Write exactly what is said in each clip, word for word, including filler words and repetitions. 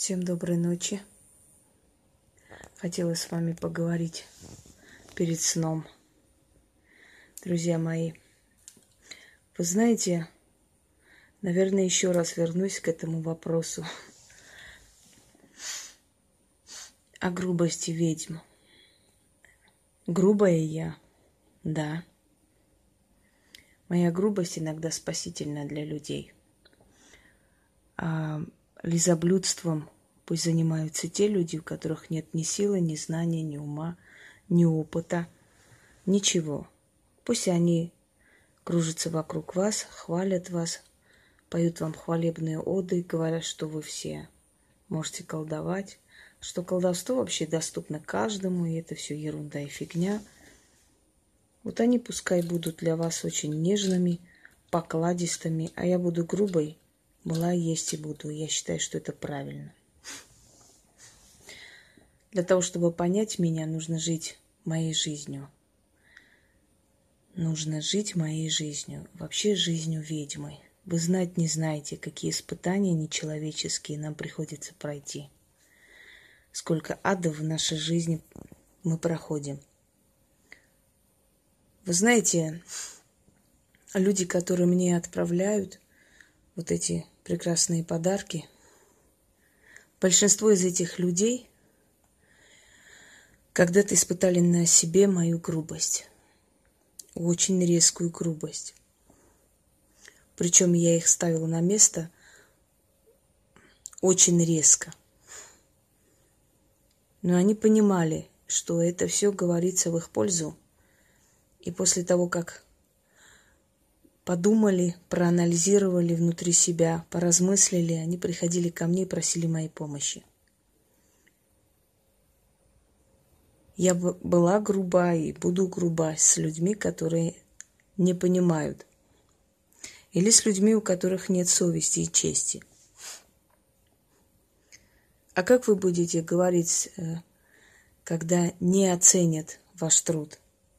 Всем доброй ночи. Хотела с вами поговорить перед сном. Друзья мои, вы знаете, наверное, еще раз вернусь к этому вопросу о грубости ведьм. Грубая я, да. Моя грубость иногда спасительна для людей. А лизоблюдством пусть занимаются те люди, у которых нет ни силы, ни знания, ни ума, ни опыта, ничего. Пусть они кружатся вокруг вас, хвалят вас, поют вам хвалебные оды, говорят, что вы все можете колдовать, что колдовство вообще доступно каждому, и это все ерунда и фигня. Вот они пускай будут для вас очень нежными, покладистыми, а я буду грубой, была, есть и буду. Я считаю, что это правильно. Для того, чтобы понять меня, нужно жить моей жизнью. Нужно жить моей жизнью, вообще жизнью ведьмы. Вы знать не знаете, какие испытания нечеловеческие нам приходится пройти. Сколько адов в нашей жизни мы проходим. Вы знаете, люди, которые мне отправляют вот эти прекрасные подарки, большинство из этих людей когда-то испытали на себе мою грубость. Очень резкую грубость. Причем я их ставила на место очень резко. Но они понимали, что это все говорится в их пользу. И после того, как подумали, проанализировали внутри себя, поразмыслили, они приходили ко мне и просили моей помощи. Я была груба и буду груба с людьми, которые не понимают. Или с людьми, у которых нет совести и чести. А как вы будете говорить, когда не оценят ваш труд?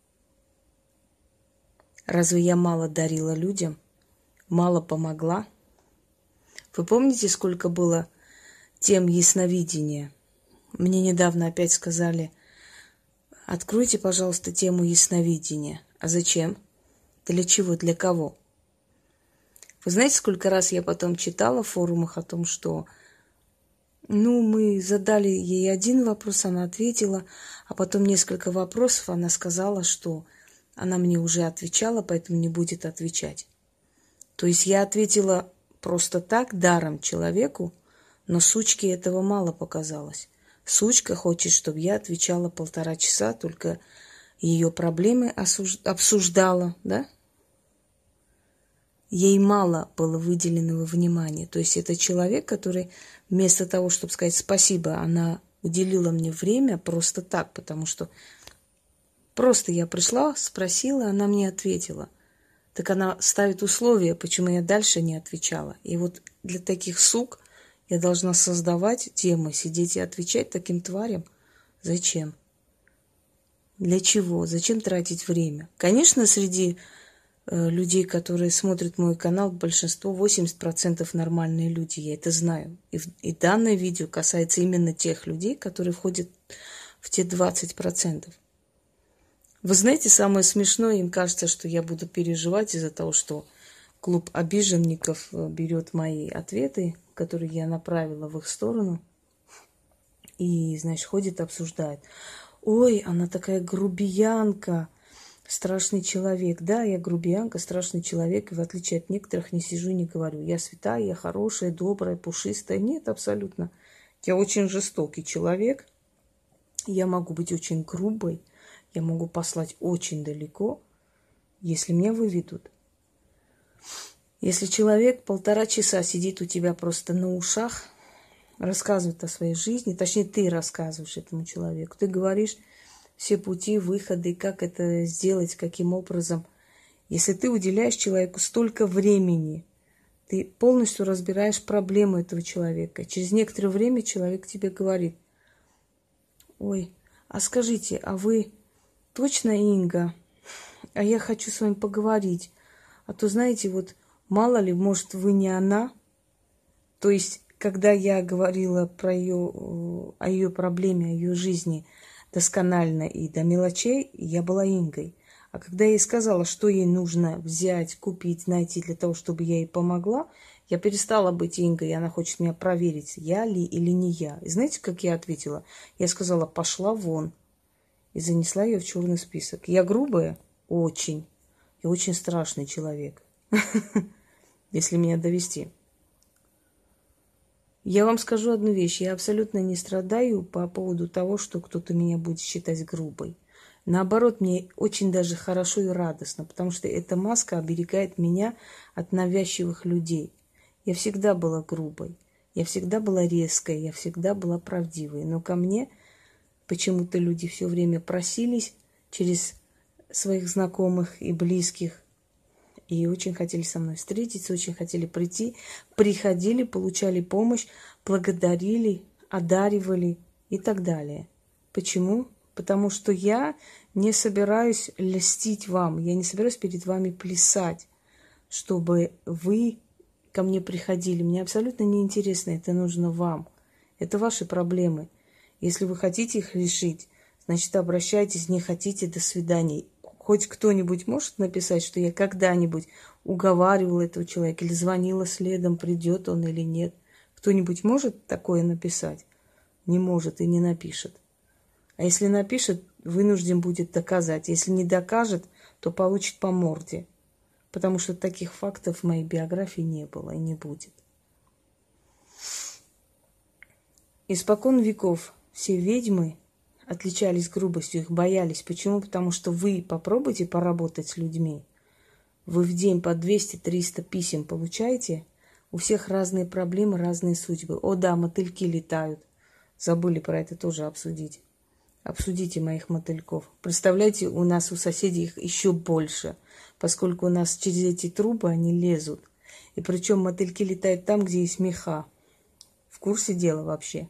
Разве я мало дарила людям? Мало помогла? Вы помните, сколько было тем ясновидения? Мне недавно опять сказали: откройте, пожалуйста, тему ясновидения. А зачем? Для чего? Для кого? Вы знаете, сколько раз я потом читала в форумах о том, что ну, мы задали ей один вопрос, она ответила, а потом несколько вопросов она сказала, что она мне уже отвечала, поэтому не будет отвечать. То есть я ответила просто так, даром человеку, но сучке этого мало показалось. Сучка хочет, чтобы я отвечала полтора часа, только ее проблемы обсуждала, да? Ей мало было выделенного внимания. То есть это человек, который вместо того, чтобы сказать спасибо, она уделила мне время просто так, потому что просто я пришла, спросила, она мне ответила. Так она ставит условия, почему я дальше не отвечала. И вот для таких сук я должна создавать темы, сидеть и отвечать таким тварям. Зачем? Для чего? Зачем тратить время? Конечно, среди э, людей, которые смотрят мой канал, большинство, восемьдесят процентов нормальные люди, я это знаю. И, и данное видео касается именно тех людей, которые входят в те двадцать процентов. Вы знаете, самое смешное, им кажется, что я буду переживать из-за того, что клуб обиженников берет мои ответы, которые я направила в их сторону, и, значит, ходит, обсуждает. Ой, она такая грубиянка, страшный человек. Да, я грубиянка, страшный человек, и в отличие от некоторых не сижу и не говорю. Я святая, я хорошая, добрая, пушистая. Нет, абсолютно. Я очень жестокий человек. Я могу быть очень грубой. Я могу послать очень далеко, если меня выведут. Если человек полтора часа сидит у тебя просто на ушах, рассказывает о своей жизни, точнее, ты рассказываешь этому человеку, ты говоришь все пути, выходы, как это сделать, каким образом. Если ты уделяешь человеку столько времени, ты полностью разбираешь проблему этого человека. Через некоторое время человек тебе говорит: ой, а скажите, а вы точно Инга? А я хочу с вами поговорить. А то, знаете, вот мало ли, может, вы не она. То есть, когда я говорила про ее, о ее проблеме, о ее жизни досконально и до мелочей, я была Ингой. А когда я ей сказала, что ей нужно взять, купить, найти для того, чтобы я ей помогла, я перестала быть Ингой, и она хочет меня проверить, я ли или не я. И знаете, как я ответила? Я сказала, пошла вон. И занесла ее в черный список. Я грубая? Очень. Я очень страшный человек, если меня довести. Я вам скажу одну вещь. Я абсолютно не страдаю по поводу того, что кто-то меня будет считать грубой. Наоборот, мне очень даже хорошо и радостно, потому что эта маска оберегает меня от навязчивых людей. Я всегда была грубой, я всегда была резкой, я всегда была правдивой. Но ко мне почему-то люди все время просились через своих знакомых и близких. И очень хотели со мной встретиться, очень хотели прийти. Приходили, получали помощь, благодарили, одаривали и так далее. Почему? Потому что я не собираюсь льстить вам, я не собираюсь перед вами плясать, чтобы вы ко мне приходили. Мне абсолютно неинтересно, это нужно вам. Это ваши проблемы. Если вы хотите их решить, значит, обращайтесь, не хотите, до свидания. Хоть кто-нибудь может написать, что я когда-нибудь уговаривала этого человека или звонила следом, придет он или нет? Кто-нибудь может такое написать? Не может и не напишет. А если напишет, вынужден будет доказать. Если не докажет, то получит по морде. Потому что таких фактов в моей биографии не было и не будет. Испокон веков все ведьмы отличались грубостью, их боялись. Почему? Потому что вы попробуйте поработать с людьми. Вы в день по двести-триста писем получаете. У всех разные проблемы, разные судьбы. О да, мотыльки летают. Забыли про это тоже обсудить. Обсудите моих мотыльков. Представляете, у нас у соседей их еще больше, поскольку у нас через эти трубы они лезут. И причем мотыльки летают там, где есть меха. В курсе дела вообще.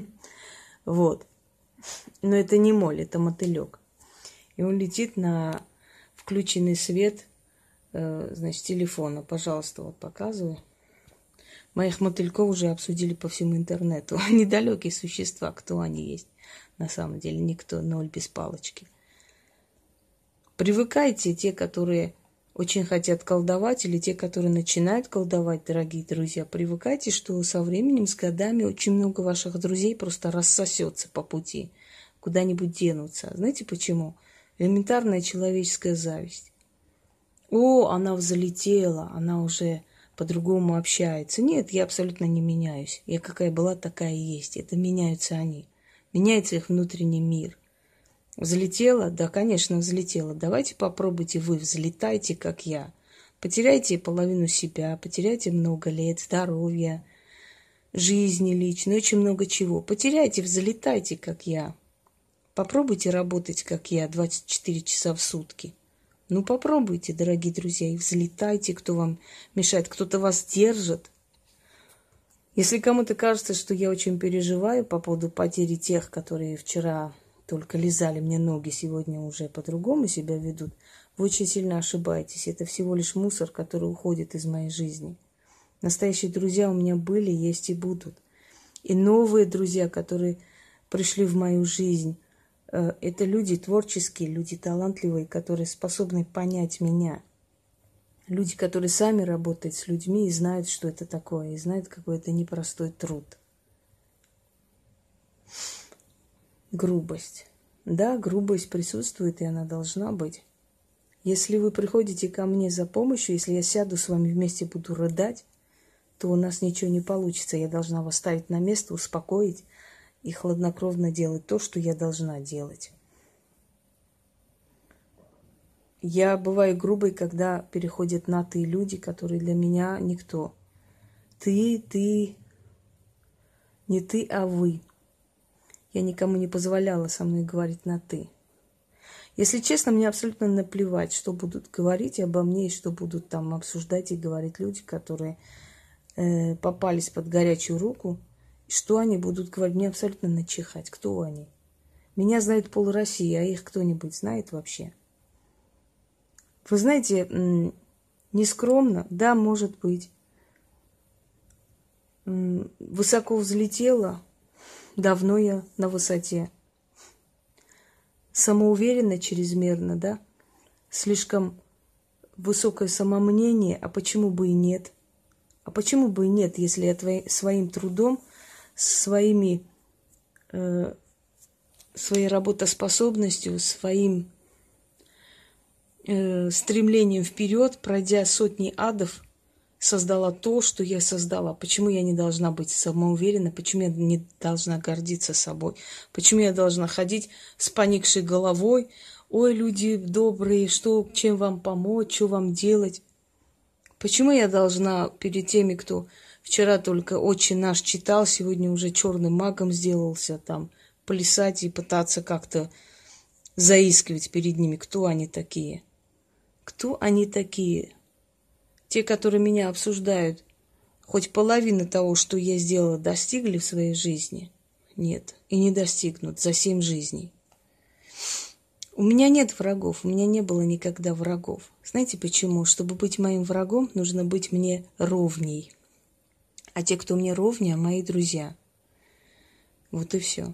Вот. Но это не моль, это мотылек. И он летит на включенный свет, э, значит, телефона. Пожалуйста, вот показываю. Моих мотыльков уже обсудили по всему интернету. Они далекие существа, кто они есть. На самом деле никто, ноль без палочки. Привыкайте, те, которые очень хотят колдовать, или те, которые начинают колдовать, дорогие друзья, привыкайте, что со временем, с годами очень много ваших друзей просто рассосется по пути. Куда-нибудь денутся. Знаете почему? Элементарная человеческая зависть. О, она взлетела, она уже по-другому общается. Нет, я абсолютно не меняюсь. Я какая была, такая и есть. Это меняются они. Меняется их внутренний мир. Взлетела? Да, конечно, взлетела. Давайте попробуйте вы, взлетайте, как я. Потеряйте половину себя, потеряйте много лет, здоровья, жизни личной, очень много чего. Потеряйте, взлетайте, как я. Попробуйте работать, как я, двадцать четыре часа в сутки. Ну, попробуйте, дорогие друзья, и взлетайте, кто вам мешает. Кто-то вас держит. Если кому-то кажется, что я очень переживаю по поводу потери тех, которые вчера только лизали мне ноги, сегодня уже по-другому себя ведут, вы очень сильно ошибаетесь. Это всего лишь мусор, который уходит из моей жизни. Настоящие друзья у меня были, есть и будут. И новые друзья, которые пришли в мою жизнь, это люди творческие, люди талантливые, которые способны понять меня. Люди, которые сами работают с людьми и знают, что это такое, и знают, какой это непростой труд. Грубость. Да, грубость присутствует, и она должна быть. Если вы приходите ко мне за помощью, если я сяду с вами вместе, буду рыдать, то у нас ничего не получится. Я должна вас ставить на место, успокоить и хладнокровно делать то, что я должна делать. Я бываю грубой, когда переходят на «ты» люди, которые для меня никто. Ты, ты, не ты, а вы. Я никому не позволяла со мной говорить на «ты». Если честно, мне абсолютно наплевать, что будут говорить обо мне и что будут там обсуждать и говорить люди, которые э, попались под горячую руку. Что они будут говорить, мне абсолютно начихать. Кто они? Меня знает пол России, а их кто-нибудь знает вообще? Вы знаете, нескромно, да, может быть. высоко взлетела, давно я на высоте. Самоуверенно чрезмерно, да? Слишком высокое самомнение, а почему бы и нет? А почему бы и нет, если я твои, своим трудом, своими, э, своей работоспособностью, своим э, стремлением вперед, пройдя сотни адов, создала то, что я создала. Почему я не должна быть самоуверена? Почему я не должна гордиться собой? Почему я должна ходить с поникшей головой? Ой, люди добрые, что, чем вам помочь, что вам делать? Почему я должна перед теми, кто вчера только «Отче наш» читал, сегодня уже черным магом сделался, там, плясать и пытаться как-то заискивать перед ними? Кто они такие? Кто они такие? Те, которые меня обсуждают, хоть половина того, что я сделала, достигли в своей жизни? Нет, и не достигнут за семь жизней. У меня нет врагов, у меня не было никогда врагов. Знаете почему? Чтобы быть моим врагом, нужно быть мне ровней. А те, кто мне ровнее, мои друзья. Вот и все.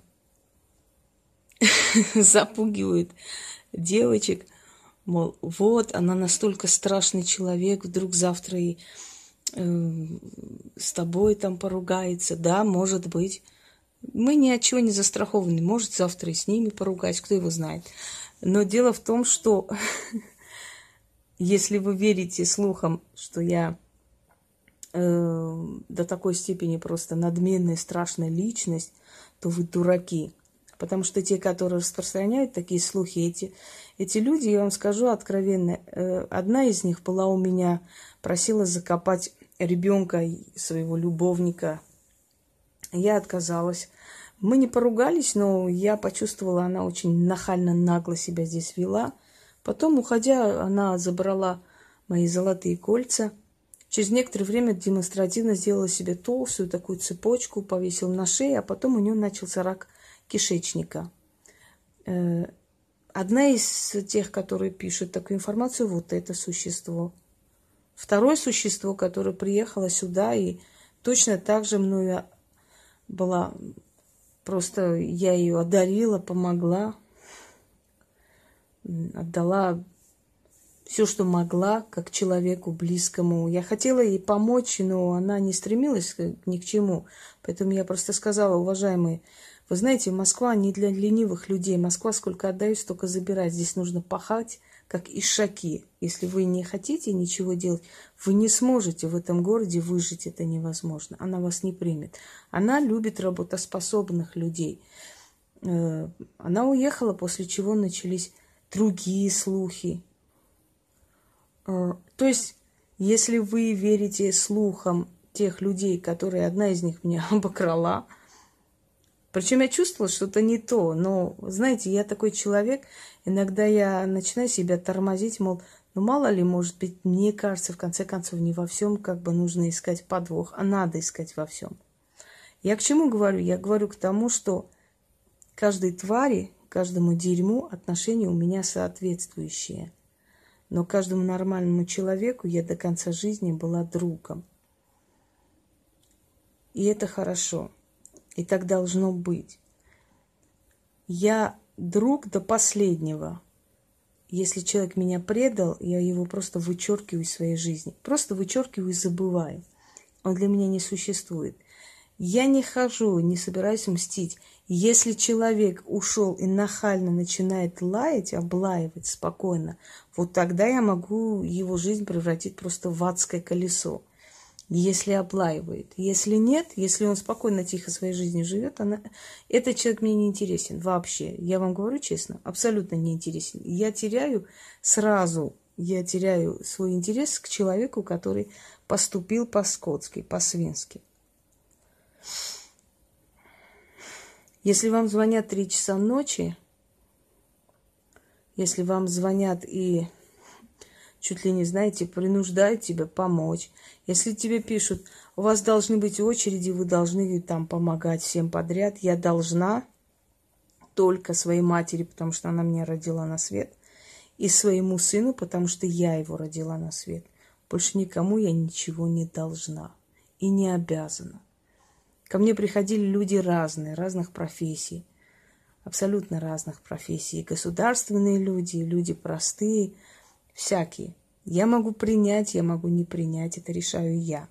Запугивают девочек. Мол, вот, она настолько страшный человек, вдруг завтра и э, с тобой там поругается. Да, может быть. Мы ни от чего не застрахованы. Может, завтра и с ними поругать, кто его знает. Но дело в том, что если вы верите слухам, что я э, до такой степени просто надменная, страшная личность, то вы дураки. Потому что те, которые распространяют такие слухи, эти, эти люди, я вам скажу откровенно, э, одна из них была у меня, просила закопать ребенка своего любовника. Я отказалась. Мы не поругались, но я почувствовала, она очень нахально, нагло себя здесь вела. Потом, уходя, она забрала мои золотые кольца. Через некоторое время демонстративно сделала себе толстую такую цепочку, повесила на шею, а потом у нее начался рак кишечника. Одна из тех, которые пишут такую информацию, вот это существо. Второе существо, которое приехало сюда и точно так же мною была... Просто я ее одарила, помогла, отдала все, что могла, как человеку близкому. Я хотела ей помочь, но она не стремилась ни к чему. Поэтому я просто сказала: уважаемые, вы знаете, Москва не для ленивых людей. Москва сколько отдает, столько забирает. Здесь нужно пахать, как ишаки. Если вы не хотите ничего делать, вы не сможете в этом городе выжить. Это невозможно. Она вас не примет. Она любит работоспособных людей. Она уехала, после чего начались другие слухи. То есть, если вы верите слухам тех людей, которые одна из них меня обокрала, причем я чувствовала что-то не то, но, знаете, я такой человек, иногда я начинаю себя тормозить, мол, ну мало ли, может быть, мне кажется, в конце концов, не во всем как бы нужно искать подвох, а надо искать во всем. Я к чему говорю? Я говорю к тому, что каждой твари, каждому дерьму отношение у меня соответствующее. Но каждому нормальному человеку я до конца жизни была другом. И это хорошо. И так должно быть. Я друг до последнего. Если человек меня предал, я его просто вычеркиваю из своей жизни. Просто вычеркиваю и забываю. Он для меня не существует. Я не хожу, не собираюсь мстить. Если человек ушел и нахально начинает лаять, облаивать спокойно, вот тогда я могу его жизнь превратить просто в адское колесо. Если облаивает. Если нет, если он спокойно, тихо своей жизнью живет, она... этот человек мне не интересен вообще. Я вам говорю честно, абсолютно не интересен. Я теряю сразу, я теряю свой интерес к человеку, который поступил по-скотски, по-свински. Если вам звонят три часа ночи, если вам звонят и чуть ли не, знаете, принуждают тебя помочь, если тебе пишут, у вас должны быть очереди, вы должны там помогать всем подряд, я должна только своей матери, потому что она меня родила на свет, и своему сыну, потому что я его родила на свет. Больше никому я ничего не должна и не обязана. Ко мне приходили люди разные, разных профессий, абсолютно разных профессий. И государственные люди, и люди простые, всякие. Я могу принять, я могу не принять, это решаю я.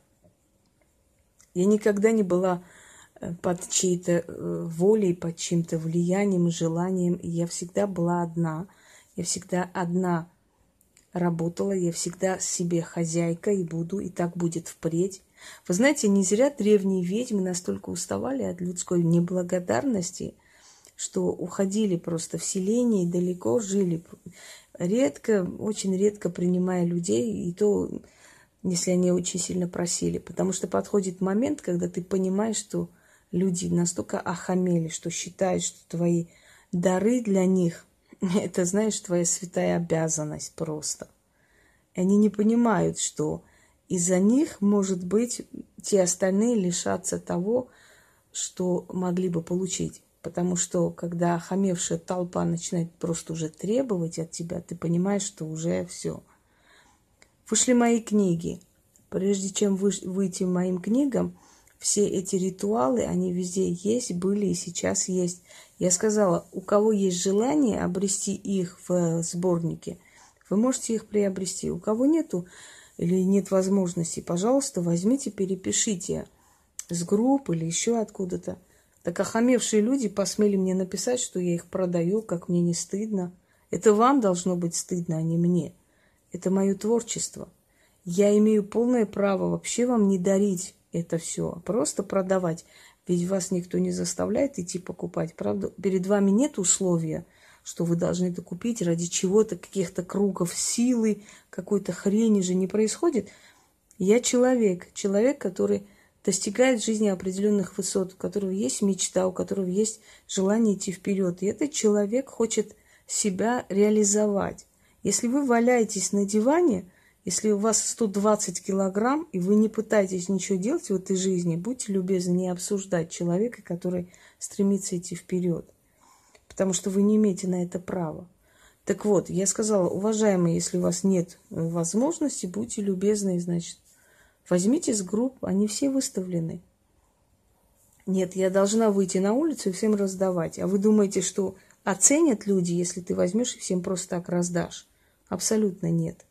Я никогда не была под чьей-то волей, под чьим-то влиянием и желанием. И я всегда была одна. Я всегда одна работала, я всегда себе хозяйка и буду, и так будет впредь. Вы знаете, не зря древние ведьмы настолько уставали от людской неблагодарности, что уходили просто в селение и далеко жили. Редко, очень редко принимая людей, и то, если они очень сильно просили. Потому что подходит момент, когда ты понимаешь, что люди настолько охамели, что считают, что твои дары для них – это, знаешь, твоя святая обязанность просто. И они не понимают, что из-за них, может быть, те остальные лишатся того, что могли бы получить. Потому что, когда охамевшая толпа начинает просто уже требовать от тебя, ты понимаешь, что уже все. Вышли мои книги. Прежде чем выйти моим книгам, все эти ритуалы, они везде есть, были и сейчас есть. Я сказала, у кого есть желание обрести их в сборнике, вы можете их приобрести. У кого нету или нет возможности, пожалуйста, возьмите, перепишите с групп или еще откуда-то. Так охамевшие люди посмели мне написать, что я их продаю, как мне не стыдно. Это вам должно быть стыдно, а не мне. Это мое творчество. Я имею полное право вообще вам не дарить это все, а просто продавать. Ведь вас никто не заставляет идти покупать. Правда, перед вами нет условия, что вы должны это купить ради чего-то, каких-то кругов силы, какой-то хрени же не происходит. Я человек, человек, который достигает в жизни определенных высот, у которого есть мечта, у которого есть желание идти вперед. И этот человек хочет себя реализовать. Если вы валяетесь на диване, если у вас сто двадцать килограмм, и вы не пытаетесь ничего делать в этой жизни, будьте любезны не обсуждать человека, который стремится идти вперед. Потому что вы не имеете на это права. Так вот, я сказала, уважаемые, если у вас нет возможности, будьте любезны, значит, возьмите с групп, они все выставлены. Нет, я должна выйти на улицу и всем раздавать. А вы думаете, что оценят люди, если ты возьмешь и всем просто так раздашь? Абсолютно нет.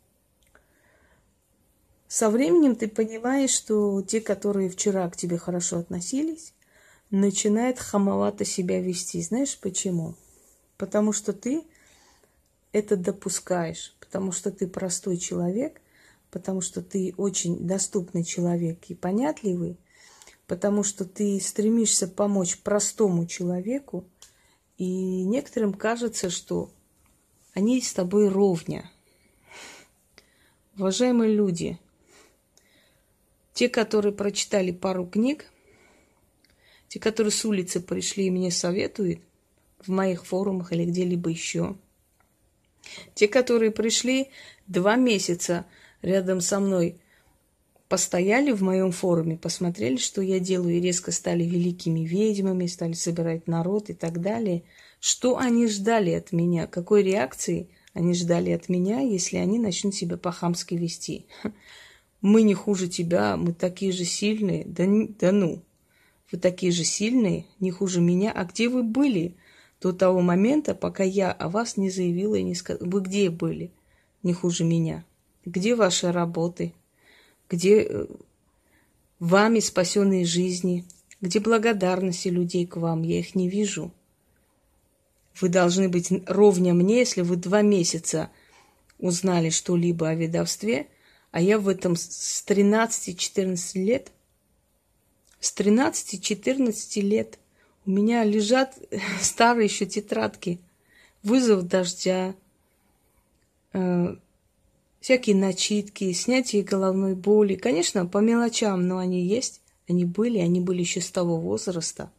Со временем ты понимаешь, что те, которые вчера к тебе хорошо относились, начинают хамовато себя вести. Знаешь почему? Потому что ты это допускаешь, потому что ты простой человек, потому что ты очень доступный человек и понятливый, потому что ты стремишься помочь простому человеку, и некоторым кажется, что они с тобой ровня. Уважаемые люди, те, которые прочитали пару книг, те, которые с улицы пришли и мне советуют в моих форумах или где-либо еще, те, которые пришли два месяца рядом со мной, постояли в моем форуме, посмотрели, что я делаю, и резко стали великими ведьмами, стали собирать народ и так далее. Что они ждали от меня? Какой реакции они ждали от меня, если они начнут себя по-хамски вести? Мы не хуже тебя, мы такие же сильные. Да, да ну, вы такие же сильные, не хуже меня. А где вы были до того момента, пока я о вас не заявила и не сказала? Вы где были не хуже меня? Где ваши работы? Где вами спасенные жизни? Где благодарности людей к вам? Я их не вижу. Вы должны быть ровня мне, если вы два месяца узнали что-либо о ведовстве, а я в этом с тринадцати-четырнадцати лет. С тринадцати-четырнадцати лет у меня лежат старые еще тетрадки. Вызов дождя, э, всякие начитки, снятие головной боли. Конечно, по мелочам, но они есть. Они были, они были еще с того возраста.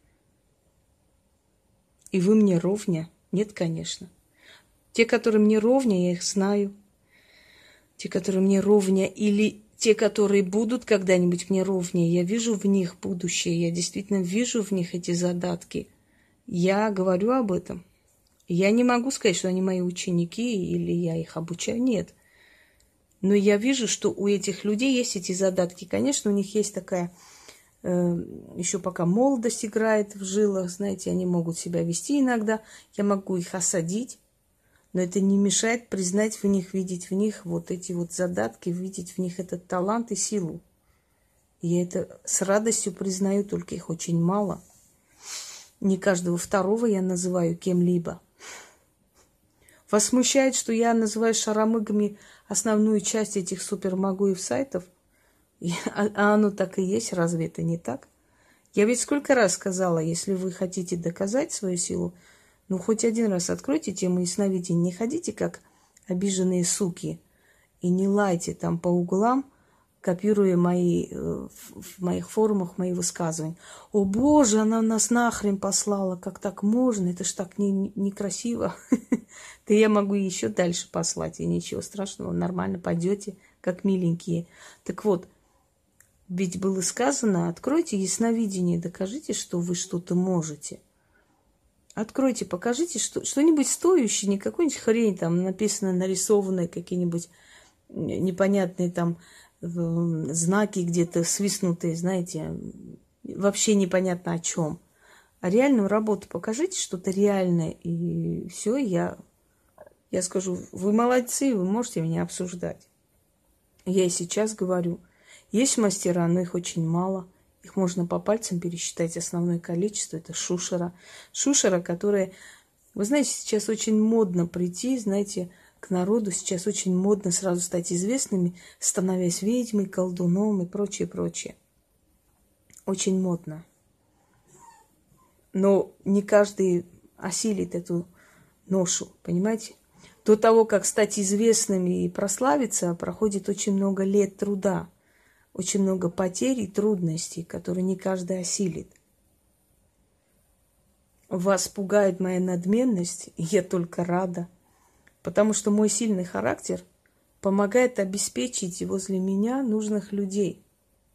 И вы мне ровня? Нет, конечно. Те, которые мне ровня, я их знаю. Те, которые мне ровня, или те, которые будут когда-нибудь мне ровнее, я вижу в них будущее, я действительно вижу в них эти задатки. Я говорю об этом. Я не могу сказать, что они мои ученики или я их обучаю. Нет. Но я вижу, что у этих людей есть эти задатки. Конечно, у них есть такая еще пока молодость играет в жилах, знаете, они могут себя вести иногда. Я могу их осадить, но это не мешает признать в них, видеть в них вот эти вот задатки, видеть в них этот талант и силу. И я это с радостью признаю, только их очень мало. Не каждого второго я называю кем-либо. Вас смущает, что я называю шарамыгами основную часть этих супермагуев сайтов? А оно так и есть, разве это не так? Я ведь сколько раз сказала, если вы хотите доказать свою силу, ну хоть один раз откройте тему ясновидения, не ходите как обиженные суки и не лайте там по углам, копируя мои, в моих форумах мои высказывания. О боже, она нас нахрен послала, как так можно, это ж так не, некрасиво. Да я могу еще дальше послать, и ничего страшного, нормально пойдете, как миленькие. Так вот, ведь было сказано, откройте ясновидение, докажите, что вы что-то можете. Откройте, покажите что, что-нибудь стоящее, не какую-нибудь хрень, там написано, нарисованное, какие-нибудь непонятные там знаки где-то свистнутые, знаете, вообще непонятно о чем. А реальную работу покажите, что-то реальное, и все, я, я скажу, вы молодцы, вы можете меня обсуждать. Я и сейчас говорю, есть мастера, но их очень мало. Их можно по пальцам пересчитать. Основное количество – это шушера. Шушера, которая… Вы знаете, сейчас очень модно прийти, знаете, к народу. Сейчас очень модно сразу стать известными, становясь ведьмой, колдуном и прочее, прочее. Очень модно. Но не каждый осилит эту ношу, понимаете? До того, как стать известными и прославиться, проходит очень много лет труда. Очень много потерь и трудностей, которые не каждый осилит. Вас пугает моя надменность, и я только рада, потому что мой сильный характер помогает обеспечить возле меня нужных людей.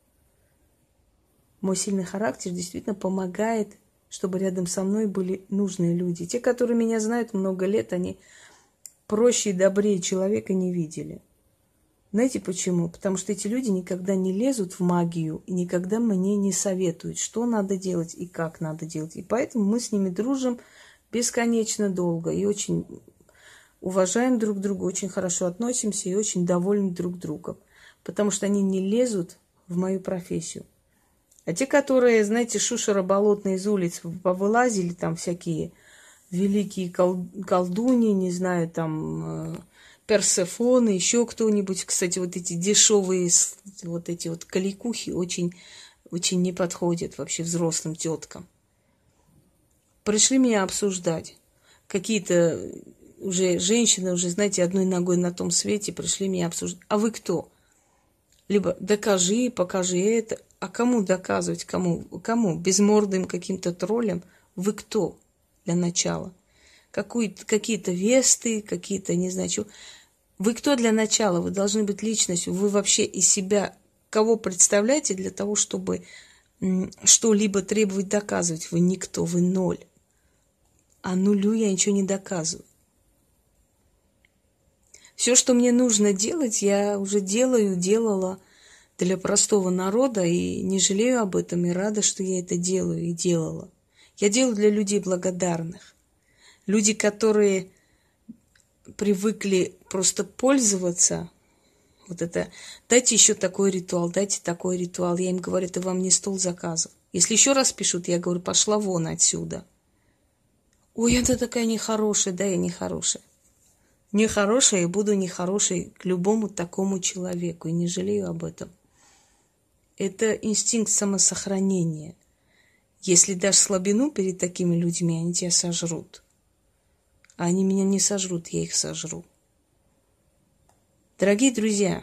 Мой сильный характер действительно помогает, чтобы рядом со мной были нужные люди. Те, которые меня знают много лет, они проще и добрее человека не видели. Знаете почему? Потому что эти люди никогда не лезут в магию и никогда мне не советуют, что надо делать и как надо делать. И поэтому мы с ними дружим бесконечно долго и очень уважаем друг друга, очень хорошо относимся и очень довольны друг другом. Потому что они не лезут в мою профессию. А те, которые, знаете, шушера болотные из улиц повылазили, там всякие великие кол- колдуньи, не знаю, там… Персефоны, еще кто-нибудь. Кстати, вот эти дешевые, вот эти вот кликухи очень, очень не подходят вообще взрослым теткам. Пришли меня обсуждать. Какие-то уже женщины, уже, знаете, одной ногой на том свете, пришли меня обсуждать. А вы кто? Либо докажи, покажи это. А кому доказывать? Кому? Кому? Безмордым каким-то троллям? Вы кто для начала? Какие-то весты, какие-то, не знаю, что. Вы кто для начала? Вы должны быть личностью. Вы вообще из себя кого представляете для того, чтобы что-либо требовать, доказывать? Вы никто, вы ноль. А нулю я ничего не доказываю. Все, что мне нужно делать, я уже делаю, делала для простого народа, и не жалею об этом, и рада, что я это делаю и делала. Я делаю для людей благодарных. Люди, которые привыкли просто пользоваться, вот это, дайте еще такой ритуал, дайте такой ритуал. Я им говорю, это вам не стол заказов. Если еще раз пишут, я говорю, пошла вон отсюда. Ой, это такая нехорошая, да, я нехорошая. Нехорошая, и буду нехорошей к любому такому человеку, и не жалею об этом. Это инстинкт самосохранения. Если дашь слабину перед такими людьми, они тебя сожрут. А они меня не сожрут, я их сожру. Дорогие друзья,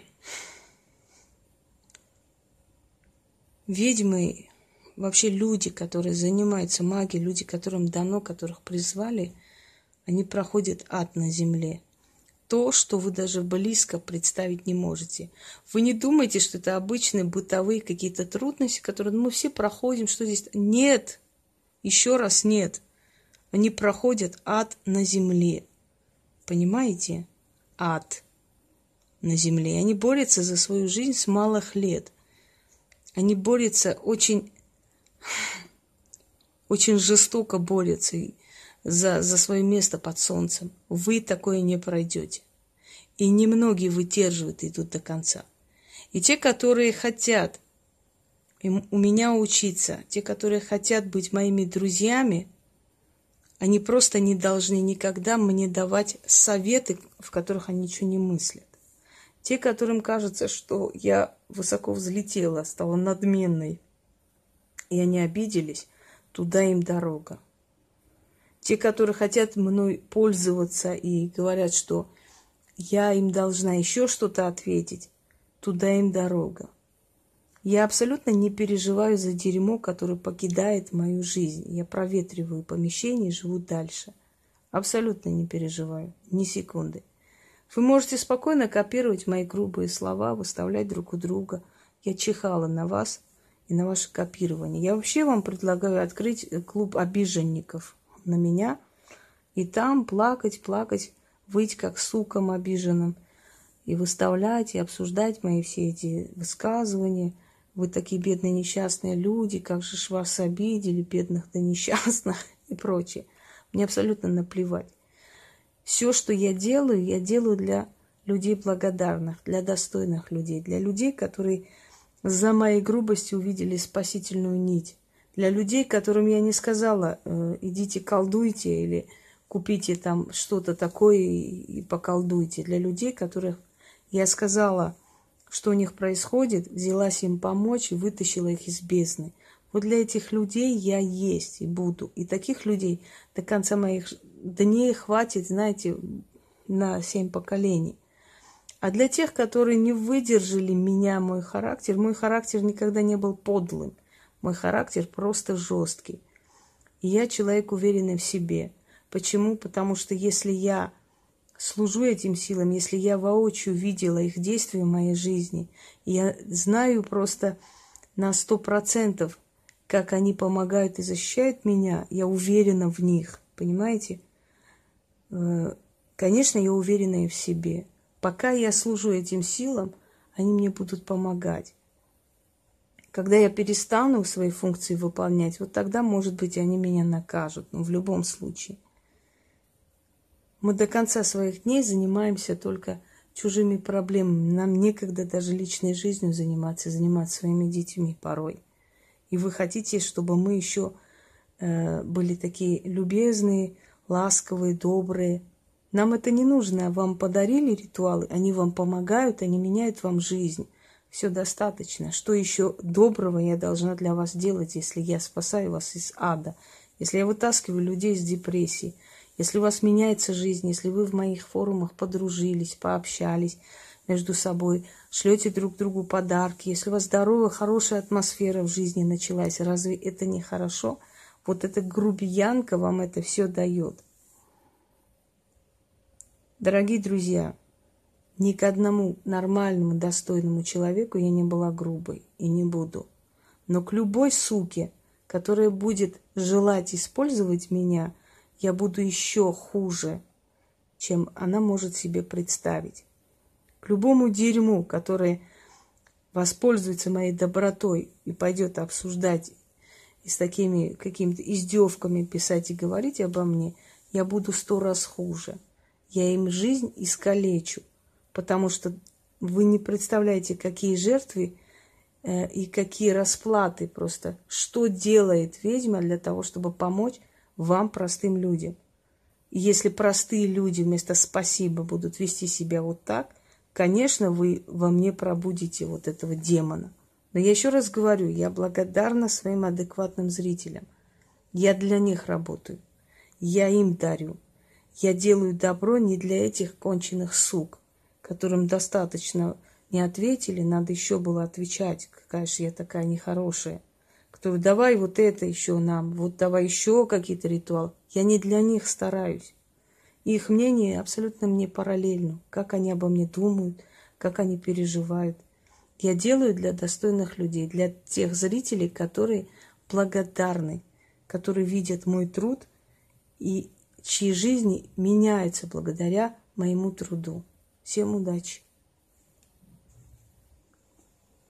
ведьмы, вообще люди, которые занимаются магией, люди, которым дано, которых призвали, они проходят ад на земле. То, что вы даже близко представить не можете. Вы не думаете, что это обычные бытовые какие-то трудности, которые ну, мы все проходим, что здесь... Нет! Еще раз нет. Они проходят ад на земле. Понимаете? Ад на земле. Они борются за свою жизнь с малых лет. Они борются очень, очень жестоко борются за, за свое место под солнцем. Вы такое не пройдете. И немногие выдерживают и идут до конца. И те, которые хотят у меня учиться, те, которые хотят быть моими друзьями, они просто не должны никогда мне давать советы, в которых они ничего не мыслят. Те, которым кажется, что я высоко взлетела, стала надменной, и они обиделись, туда им дорога. Те, которые хотят мной пользоваться и говорят, что я им должна еще что-то ответить, туда им дорога. Я абсолютно не переживаю за дерьмо, которое покидает мою жизнь. Я проветриваю помещение и живу дальше. Абсолютно не переживаю, ни секунды. Вы можете спокойно копировать мои грубые слова, выставлять друг у друга. Я чихала на вас и на ваше копирование. Я вообще вам предлагаю открыть клуб обиженников на меня и там плакать, плакать, выть как сукам обиженным и выставлять, и обсуждать мои все эти высказывания. Вы такие бедные несчастные люди, как же ж вас обидели, бедных да несчастных и прочее. Мне абсолютно наплевать. Все, что я делаю, я делаю для людей благодарных, для достойных людей, для людей, которые за моей грубостью увидели спасительную нить, для людей, которым я не сказала, идите колдуйте или купите там что-то такое и поколдуйте, для людей, которых я сказала, что у них происходит, взялась им помочь и вытащила их из бездны. Вот для этих людей я есть и буду. И таких людей до конца моих дней хватит, знаете, на семь поколений. А для тех, которые не выдержали меня, мой характер, мой характер никогда не был подлым. Мой характер просто жесткий. И я человек, уверенный в себе. Почему? Потому что если я служу этим силам, если я воочию видела их действия в моей жизни, я знаю просто на сто процентов, как они помогают и защищают меня, я уверена в них, понимаете? Конечно, я уверена и в себе. Пока я служу этим силам, они мне будут помогать. Когда я перестану свои функции выполнять, вот тогда, может быть, они меня накажут, но в любом случае. Мы до конца своих дней занимаемся только чужими проблемами. Нам некогда даже личной жизнью заниматься, заниматься своими детьми порой. И вы хотите, чтобы мы еще э, были такие любезные, ласковые, добрые. Нам это не нужно. Вам подарили ритуалы, они вам помогают, они меняют вам жизнь. Все достаточно. Что еще доброго я должна для вас делать, если я спасаю вас из ада, если я вытаскиваю людей из депрессии, если у вас меняется жизнь, если вы в моих форумах подружились, пообщались между собой, шлете друг другу подарки, если у вас здоровая, хорошая атмосфера в жизни началась, разве это не хорошо? Вот эта грубиянка вам это все дает. Дорогие друзья, ни к одному нормальному, достойному человеку я не была грубой и не буду. Но к любой суке, которая будет желать использовать меня, я буду еще хуже, чем она может себе представить. К любому дерьму, которое воспользуется моей добротой и пойдет обсуждать и с такими какими-то издевками писать и говорить обо мне, я буду сто раз хуже. Я им жизнь искалечу, потому что вы не представляете, какие жертвы э, и какие расплаты просто, что делает ведьма для того, чтобы помочь вам, простым людям. И если простые люди вместо «спасибо» будут вести себя вот так, конечно, вы во мне пробудите вот этого демона. Но я еще раз говорю, я благодарна своим адекватным зрителям. Я для них работаю. Я им дарю. Я делаю добро не для этих конченых сук, которым достаточно не ответили, надо еще было отвечать, какая же я такая нехорошая. Кто давай вот это еще нам, вот давай еще какие-то ритуалы. Я не для них стараюсь. Их мнение абсолютно мне параллельно. Как они обо мне думают, как они переживают. Я делаю для достойных людей, для тех зрителей, которые благодарны, которые видят мой труд и чьи жизни меняются благодаря моему труду. Всем удачи!